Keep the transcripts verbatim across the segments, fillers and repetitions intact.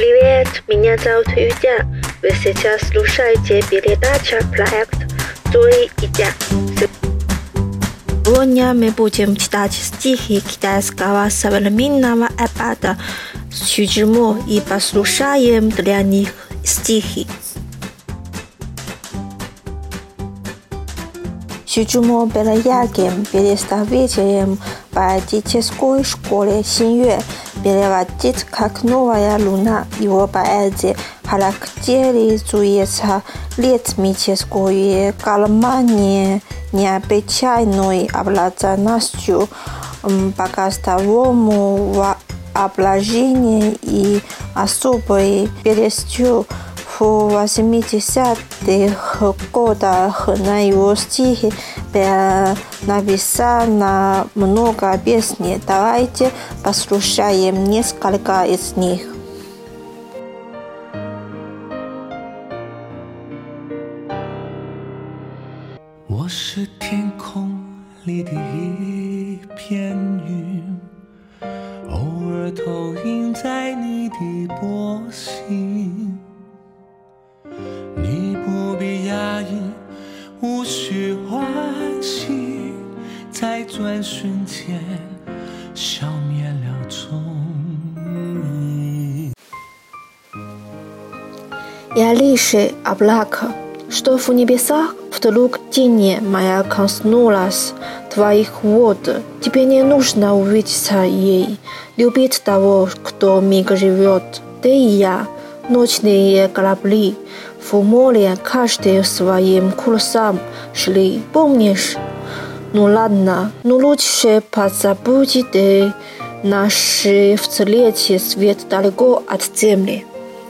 Привет, меня зовут Юдя. Вы сейчас слушаете передачу «Проект Зои и я». Сегодня мы будем читать стихи китайского современного эпоса Сюйчжимо и послушаем для них стихи. Сюйчжимо был ярким представителем поэтической школы Синьюэ, переводит как «новая луна». Его поэзия характеризуется ритмической гармонией, необычайной образованностью, богословом воображения и особой прелестью. В восьмидесятых годах на его стихи было написано много песней. Давайте послушаем несколько из них. 我是天空里的一片云，偶尔投影在你的波心。你不必压抑，无需欢喜，在转瞬间消灭了踪影。 Я лишь облако, что в небесах вдруг тени моя коснулась твоих вод. Тебе не нужно увидеться ей, любить того, кто миг живет. Ты и я, ночные корабли, в море каждый своим курсом шли. Помнишь? Ну ладно, но лучше позабудь ты наши встречи, свет далеко от земли.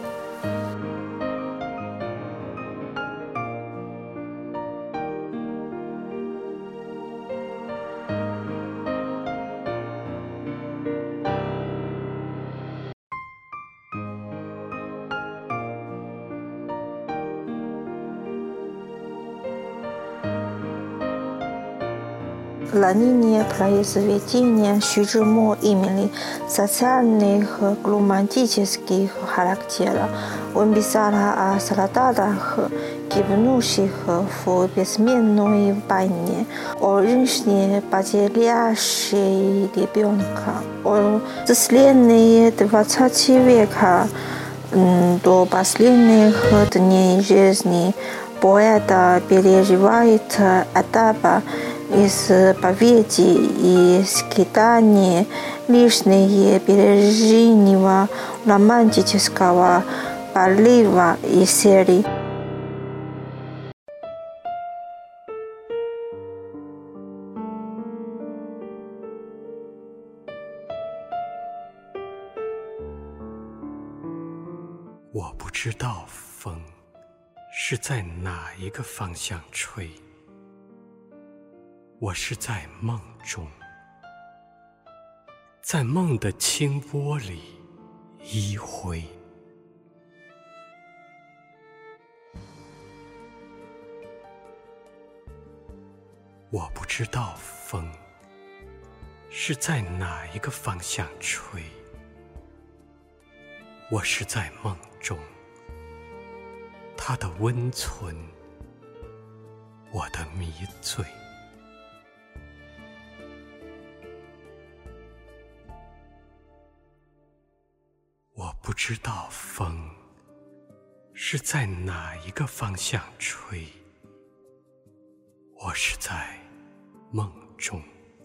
Ранние произведения Сюйчжимо имели социальных романтических характера. Он писал о солдатах, гибнущих в бессменной войне, о женщине, потерявшей ребенка, о заслании двадцатого века до последних дней жизни. Поэт переживает этап исповеди и скитания, личные переживания, романтического порыва и серии. «我不知道风是在哪一个方向吹，我是在梦中，在梦的清波里依偎。我不知道风是在哪一个方向吹，我是在梦中，它的温存，我的迷醉。我不知道风是在哪一个方向吹，我是在梦中，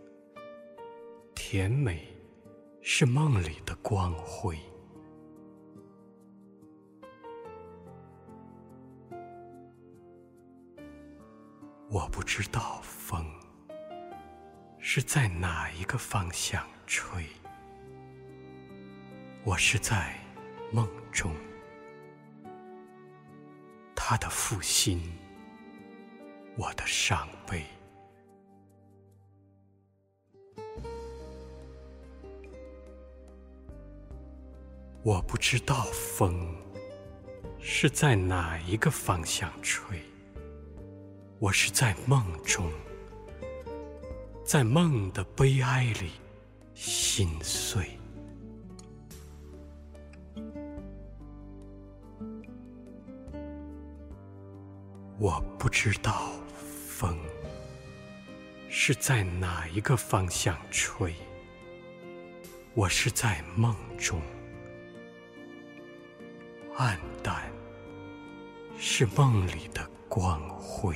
甜美是梦里的光辉。我不知道风是在哪一个方向吹，我是在梦中，他的负心，我的伤悲。我不知道风是在哪一个方向吹，我是在梦中，在梦的悲哀里心碎。 我不知道风是在哪一个方向吹，我是在梦中，暗淡是梦里的光辉。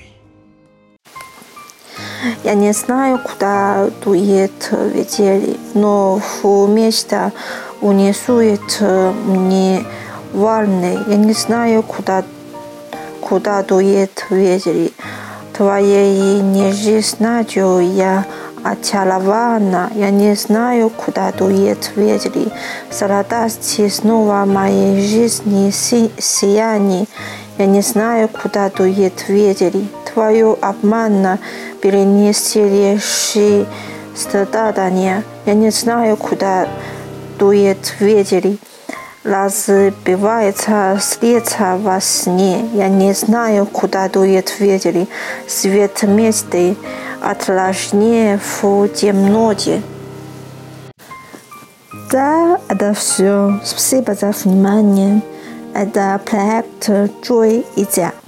Я не знаю, куда дует ветер, но вместо унесует мне волны. Я не знаю, куда, куда дует ветер. Твоей нежностью я очарована. Я не знаю, куда дует ветер. Сладости снова моей жизни сияние. Я не знаю, куда дует ветер. Твою обман перенесли страдания. Я не знаю, куда дует ветер. Разбивается сердце во сне. Я не знаю, куда дует ветер. Свет мечты отражение в темноте. Да, это все. Спасибо за внимание. Это проект «Джой и Джа».